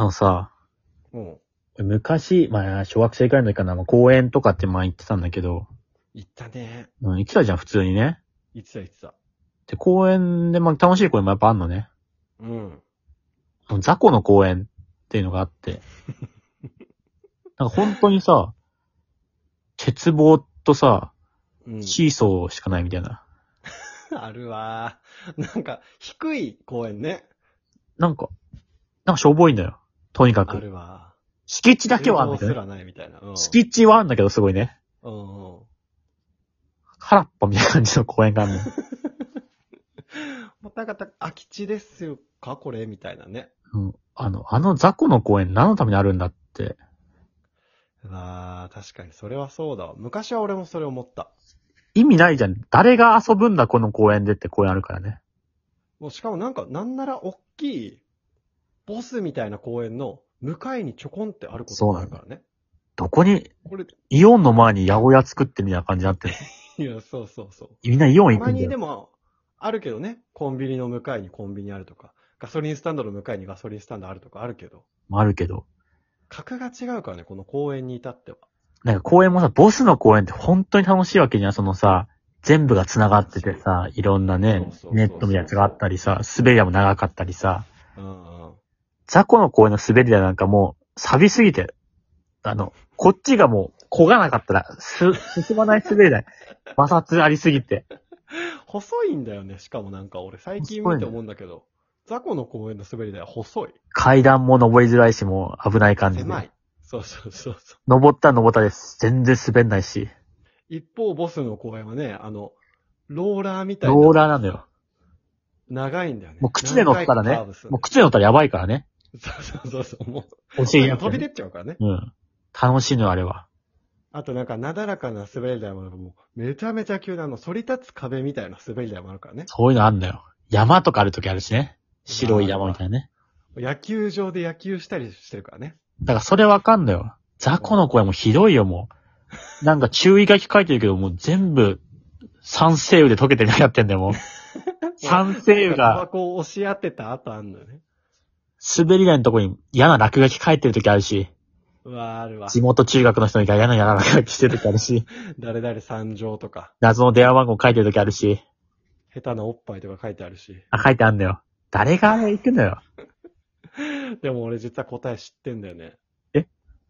あのさ、 も昔、小学生くらいの時かな、公園とかって行ってたんだけど、 う、行ったね。 行ってたじゃん、普通にね。 行ってた行ってた。 で、公園で、楽しい公園もやっぱあんのね。 うん。 雑魚の公園っていうのがあって、なんか本当にさ、鉄棒とさ、 うん。 シーソーしかないみたいな。 あるわー。なんか、低い公園ね。 なんか、しょぼいんだよ。とにかあく。 るわ敷地だー。 けはあんだけどね。 すらないみたいな。うん。 敷地はあんだけどすごいね。 うんうん。 原っぱみたいな感じの公園があるの。 またがた、空き地ですよかこれみたいなね。 うん。あの雑魚の公園何のためにあるんだって。 うわー、確かにそれはそうだわ。昔は俺もそれ思った。 意味ないじゃん。誰が遊ぶんだこの公園でって公園あるからね。 もうしかもなんか、なんなら大きい、ボスみたいな公園の向かいにちょこんってあることもあるからね。 どこに、 これ、 イオンの前に八百屋作ってみたいな感じになってる。 いや、そうそうそう。 みんなイオンたま行くんだよ。 にでも、あるけどね。コンビニの向かいにコンビニあるとか、ガソリンスタンドの向かいにガソリンスタンドあるとかあるけど、 あるけど。 格が違うからね、この公園に至っては。 なんか公園もさ、ボスの公園って本当に楽しいわけじゃん。そのさ、全部が繋がっててさ、いろんなね、 そうそうそうそうネットみたいなやつがあったりさ、滑り台も長かったりさ、 うんうん。 雑魚の公園の滑り台なんかもう、錆びすぎて、こっちがもう、漕がなかったら、進まない滑り台。摩擦ありすぎて。 細いんだよね、しかもなんか俺最近見て思うんだけど、雑魚の公園の滑り台は細い。 階段も登りづらいし、もう危ない感じで。 狭い。そうそうそうそう。 登ったら登ったです。全然滑んないし。 一方、ボスの公園はね、ローラーみたいローラーな、 なんだよ。 長いんだよね。 もう靴で乗ったらね何回かカーブす、るんだよ。 もう靴で乗ったらやばいからね。 そうそうそうそう。もおう、 尻が飛び出っちゃうからね。 うん。楽しいのよ、あれは。 あとなんか、なだらかな滑り台もあるもう、めちゃめちゃ急な反り立つ壁みたいな滑り台もあるからね。 そういうのあんだよ。山とかあるときあるしね。白い山みたいなね。 野球場で野球したりしてるからね。 だからそれわかんだよ。雑魚の声もひどいよ、もう。なんか注意書き書いてるけど、もう全部、酸性雨で溶けてるやってんだよ、もう。酸性雨タバが、 コを押し当てた後あんのよね。 滑り台のとこに嫌な落書き書いてるときあるし、 うわーあるわ。 地元中学の人が嫌な落書きしてるときあるし、 誰々参上とか、 謎の電話番号書いてるときあるし、 下手なおっぱいとか書いてあるし。 書いてあんだよ。誰があれ行くのよ。 でも俺実は答え知ってんだよね。 え？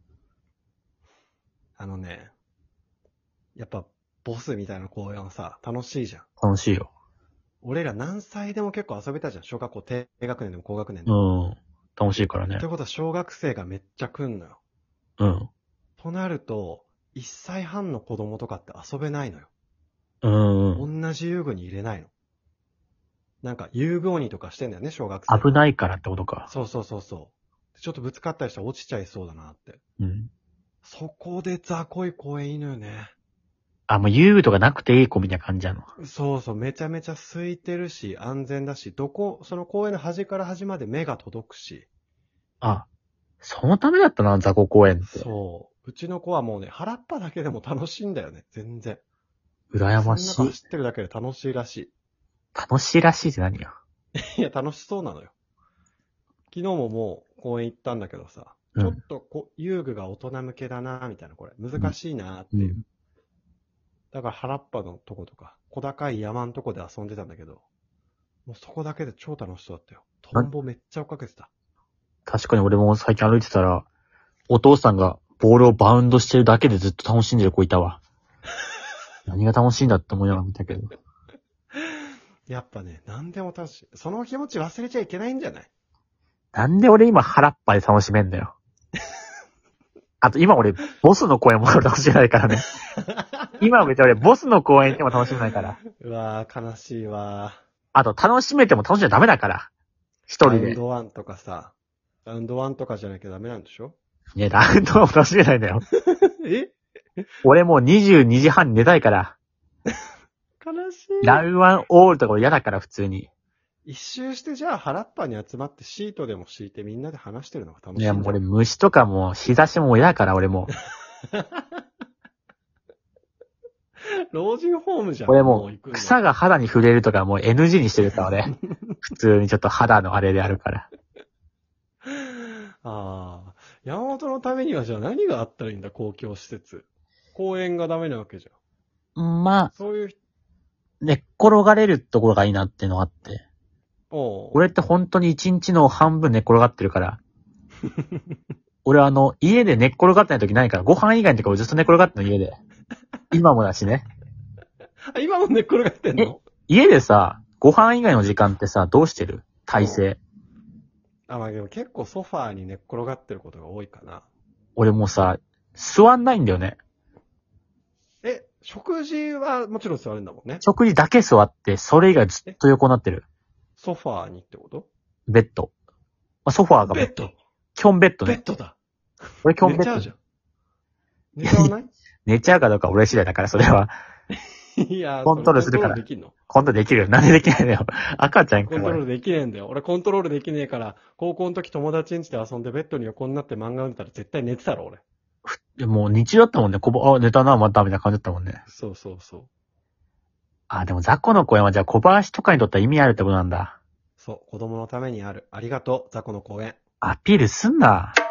やっぱ、ボスみたいな公園はさ、楽しいじゃん。 楽しいよ。 俺ら何歳でも結構遊べたじゃん。小学校低学年でも高学年でうも。 ん。楽しいからねって。ことは小学生がめっちゃ来んのよ。 うん。 となると、1歳半の子供とかって遊べないのよ。 うん。 同じ遊具に入れないの。なんか遊具鬼とかしてんだよね、小学生。 危ないからってことか。 そうそうそうそう。ちょっとぶつかったりしたら落ちちゃいそうだなって。 うん。 そこで雑魚い公園いいのよね。 あ、もう遊具とかなくていい子みたいな感じなの。 そうそう、めちゃめちゃ空いてるし、安全だし、その公園の端から端まで目が届くし。 あ、そのためだったな、雑魚公園って。 そう。うちの子はもうね、腹っぱだけでも楽しいんだよね、全然。 羨ましいその中走。ってるだけで楽しいらし楽しいらしいって何よ。 い。いや、楽しそうなのよ。昨日ももう公園行ったんだけどさ、 うんちょっと遊具が大人向けだなみたいな、これ。難しいなっていう。 うん。 だから腹っぱのとことか、小高い山のとこで遊んでたんだけど、もうそこだけで超楽しそうだったよ。トンボめっちゃ追っかけてた。 確かに俺も最近歩いてたら、お父さんがボールをバウンドしてるだけでずっと楽しんでる子いたわ。何が楽しいんだって思いながら見たけど。 やっぱね、何でも楽しい。その気持ち忘れちゃいけないんじゃない？ なんで俺今腹っぱで楽しめんだよ。あと今俺、ボスの公園も楽しめないからね。今別に俺、ボスの公園行っても楽しめないから。 うわー、悲しいわあと楽しめても楽しんじゃダメだから。一ー。ラ人で。 ウンドワンとかさ、ラウンドワンとかじゃなきゃダメなんでしょ？ いや、ラウンドは楽しめないんだよ。 え？ 俺もう22時半に寝たいから。 悲しい。 ラウンワンオールとか嫌だから普通に。 一周してじゃあ腹っぱに集まってシートでも敷いてみんなで話してるのが楽しいんじいや、 ゃん。 もう俺虫とかも日差しも嫌だから俺も。 老人ホームじゃん。 俺もう行くの草が肌に触れるとかもう NG にしてるからね。普通にちょっと肌のあれであるから。 あ山本のためにはじゃあ何があったらいいんだ、公共施設。公園がダメなわけじゃん。 まあ、 そういう人、 寝っ転がれるところがいいなっていうのがあって。 お俺って本当に一日の半分寝っ転がってるから。俺家で寝っ転がってない時ないから、ご飯以外の時俺ずっと寝っ転がってんの家で。今もだしね。 今も寝っ転がってんの？ 家でさ、ご飯以外の時間ってさ、どうしてる？体勢。 まあでも結構ソファーに寝っ転がってることが多いかな。 俺もうさ、座んないんだよね。 食事はもちろん座るんだもんね。 食事だけ座って、それ以外ずっと横になってる。 ソファーにってこと？ ベッド。まあ、ソファーがベッド基本ベッドね。 ベッドだ。 俺基本ベッド。 寝ちゃうじゃん。寝ちゃわない？ 寝ちゃうかどうか俺次第だから、それは。 いや、 コントロールするからコントロールできんの？ コントロールできるよ。なんでできないんだよ。赤ちゃんか俺。 コントロールできねえんだよ。俺コントロールできねえから、高校の時友達ん家で遊んでベッドに横になって漫画読んでたら絶対寝てたろ、俺。 もう日中だったもんね。寝たな、またみたいな感じだったもんね。 そうそうそう。 でも雑魚の公園はじゃあ小林とかにとっては意味あるってことなんだ。 そう、子供のためにある。ありがとう、雑魚の公園。 アピールすんな。